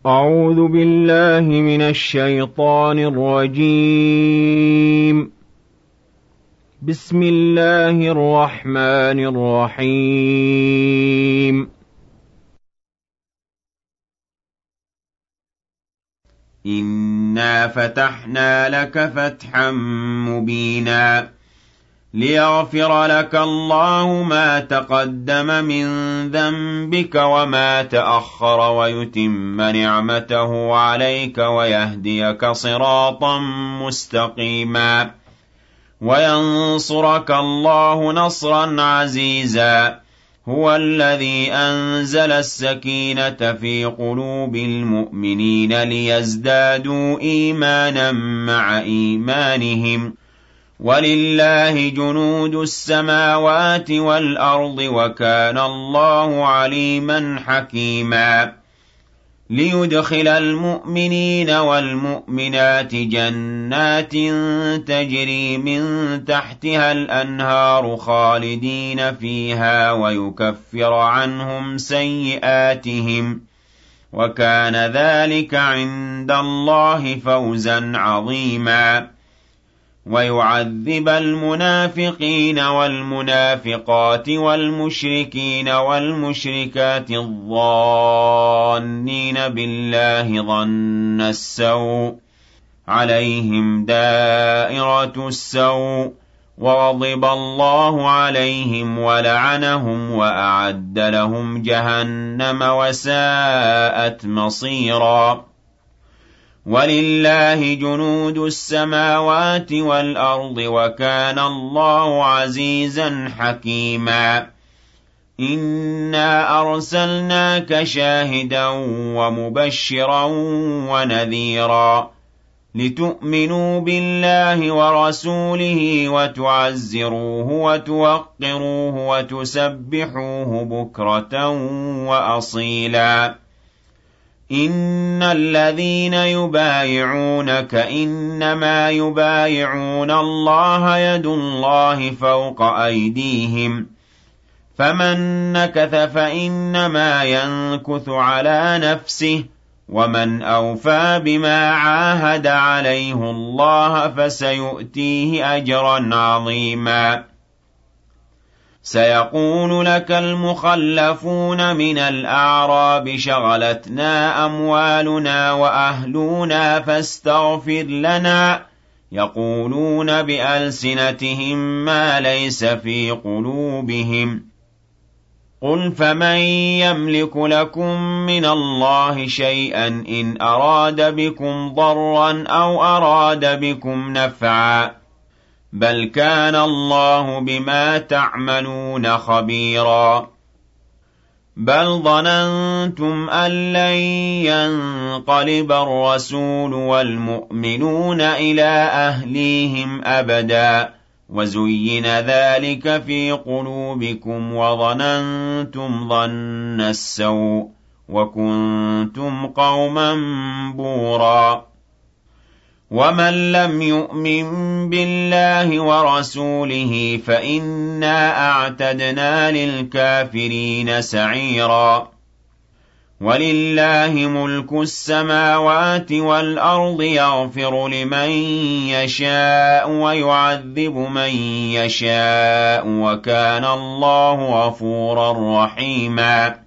أعوذ بالله من الشيطان الرجيم. بسم الله الرحمن الرحيم. إنا فتحنا لك فتحا مبينا ليغفر لك الله ما تقدم من ذنبك وما تأخر ويتم نعمته عليك ويهديك صراطا مستقيما وينصرك الله نصرا عزيزا. هو الذي أنزل السكينة في قلوب المؤمنين ليزدادوا إيمانا مع إيمانهم ولله جنود السماوات والأرض وكان الله عليما حكيما. ليدخل المؤمنين والمؤمنات جنات تجري من تحتها الأنهار خالدين فيها ويكفر عنهم سيئاتهم وكان ذلك عند الله فوزا عظيما. ويعذب المنافقين والمنافقات والمشركين والمشركات الظانين بالله ظن السوء عليهم دائرة السوء وغضب الله عليهم ولعنهم وأعد لهم جهنم وساءت مصيرا. ولله جنود السماوات والأرض وكان الله عزيزا حكيما. إنا أرسلناك شاهدا ومبشرا ونذيرا لتؤمنوا بالله ورسوله وتعزروه وتوقروه وتسبحوه بكرة وأصيلا. إن الذين يبايعونك إنما يبايعون الله يد الله فوق أيديهم فمن نكث فإنما ينكث على نفسه ومن أوفى بما عاهد عليه الله فسيؤتيه أجرا عظيما. سيقول لك المخلفون من الأعراب شغلتنا أموالنا وأهلنا فاستغفر لنا يقولون بألسنتهم ما ليس في قلوبهم قل فمن يملك لكم من الله شيئا إن أراد بكم ضرا أو أراد بكم نفعا بل كان الله بما تعملون خبيرا. بل ظننتم أن لن ينقلب الرسول والمؤمنون إلى أهليهم أبدا وزين ذلك في قلوبكم وظننتم ظن السوء وكنتم قوما بورا. ومن لم يؤمن بالله ورسوله فإنا أعتدنا للكافرين سعيرا. ولله ملك السماوات والأرض يغفر لمن يشاء ويعذب من يشاء وكان الله غفورا رحيما.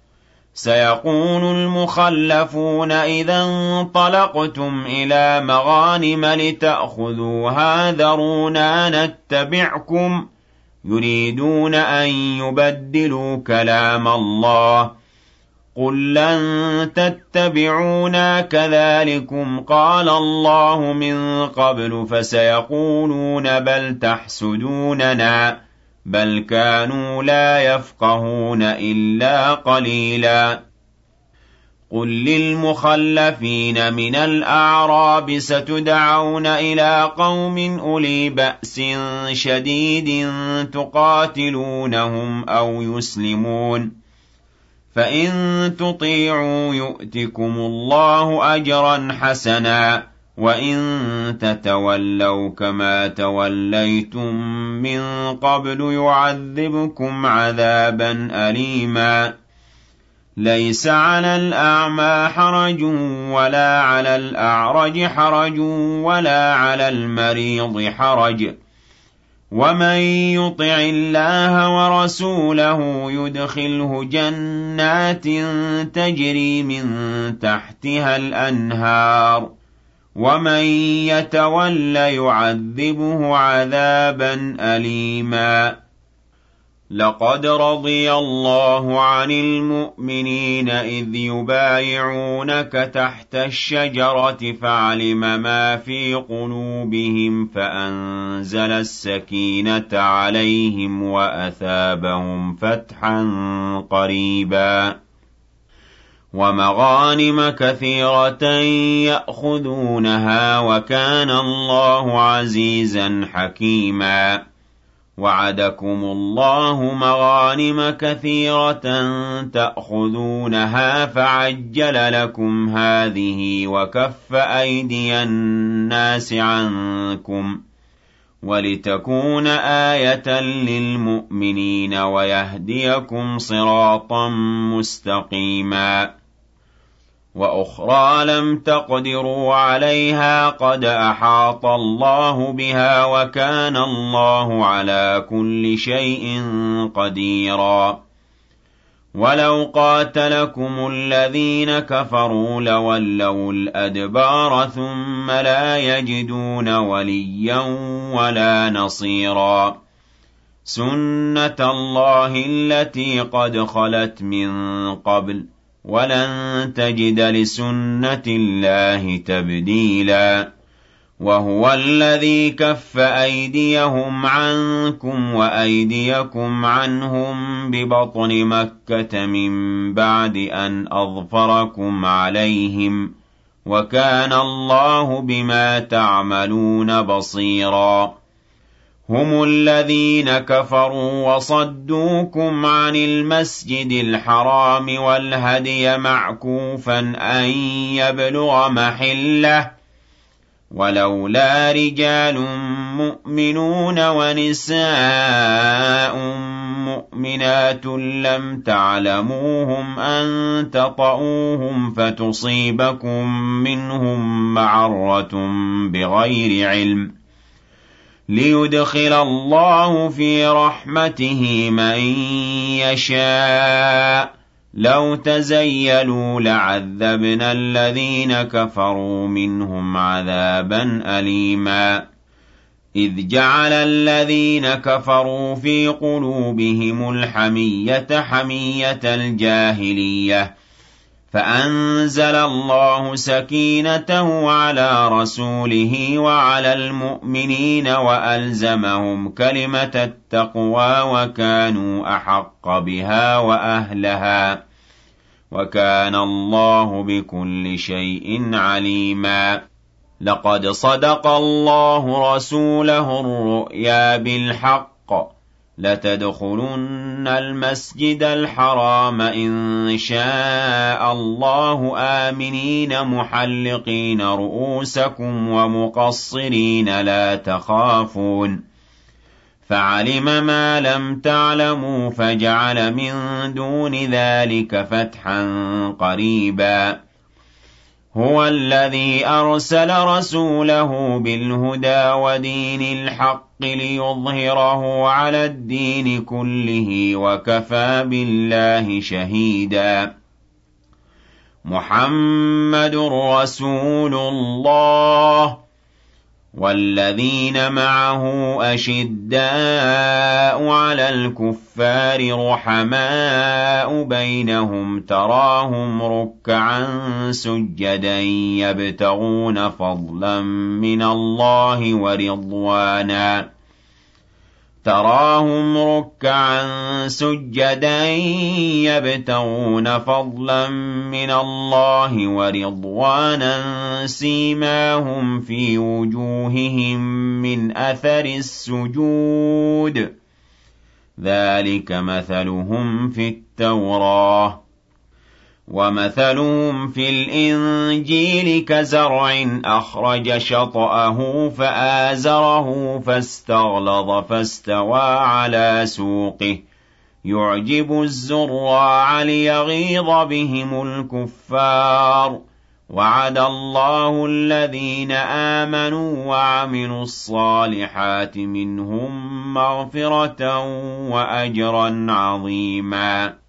سيقول المخلفون إذا انطلقتم إلى مغانم لتأخذوها ذرونا نتبعكم يريدون أن يبدلوا كلام الله قل لن تتبعونا كذلكم قال الله من قبل فسيقولون بل تحسدوننا بل كانوا لا يفقهون إلا قليلا. قل للمخلفين من الأعراب ستدعون إلى قوم أولي بأس شديد تقاتلونهم أو يسلمون فإن تطيعوا يؤتكم الله أجرا حسنا وَإِن تَتَوَلَّوْا كَمَا تَوَلَّيْتُم مِّن قَبْلُ يُعَذِّبْكُمْ عَذَابًا أَلِيمًا ليس على الأعمى حرج ولا على الأعرج حرج ولا على المريض حرج ومن يطع الله ورسوله يدخله جنات تجري من تحتها الأنهار ومن يتول يعذبه عذابا أليما لقد رضي الله عن المؤمنين إذ يبايعونك تحت الشجرة فعلم ما في قلوبهم فأنزل السكينة عليهم وأثابهم فتحا قريبا ومغانم كثيرة يأخذونها وكان الله عزيزا حكيما وعدكم الله مغانم كثيرة تأخذونها فعجل لكم هذه وكف أيدي الناس عنكم ولتكون آية للمؤمنين ويهديكم صراطا مستقيما وأخرى لم تقدروا عليها قد أحاط الله بها وكان الله على كل شيء قديرا ولو قاتلكم الذين كفروا لولوا الأدبار ثم لا يجدون وليا ولا نصيرا سنة الله التي قد خلت من قبل ولن تجد لسنة الله تبديلا وهو الذي كف أيديهم عنكم وأيديكم عنهم ببطن مكة من بعد أن أظفركم عليهم وكان الله بما تعملون بصيرا هم الذين كفروا وصدوكم عن المسجد الحرام والهدي معكوفا أن يبلغ محله ولولا رجال مؤمنون ونساء مؤمنات لم تعلموهم أن تطؤوهم فتصيبكم منهم معرة بغير علم ليدخل الله في رحمته من يشاء لو تزيلوا لعذبنا الذين كفروا منهم عذابا أليما إذ جعل الذين كفروا في قلوبهم الحمية حمية الجاهلية فأنزل الله سكينته على رسوله وعلى المؤمنين وألزمهم كلمة التقوى وكانوا أحق بها وأهلها وكان الله بكل شيء عليما لقد صدق الله رسوله الرؤيا بالحق لتدخلن المسجد الحرام إن شاء الله آمنين محلقين رؤوسكم ومقصرين لا تخافون فعلم ما لم تعلموا فجعل من دون ذلك فتحا قريبا هو الذي أرسل رسوله بالهدى ودين الحق ليظهره على الدين كله وكفى بالله شهيدا محمد رسول الله والذين معه أشداء على الكفار رحماء بينهم تراهم ركعا سجدا يبتغون فضلا من الله ورضوانا تراهم ركعا سجدا يبتغون فضلا من الله ورضوانا سيماهم في وجوههم من أثر السجود ذلك مثلهم في التوراة ومثلهم في الإنجيل كزرع أخرج شطأه فآزره فاستغلظ فاستوى على سوقه يُعْجِبُ الزُّرَّاعَ لِيَغِيظَ بِهِمُ الْكُفَّارَ وَعَدَ اللَّهُ الَّذِينَ آمَنُوا وَعَمِلُوا الصَّالِحَاتِ مِنْهُم مَّغْفِرَةً وَأَجْرًا عَظِيمًا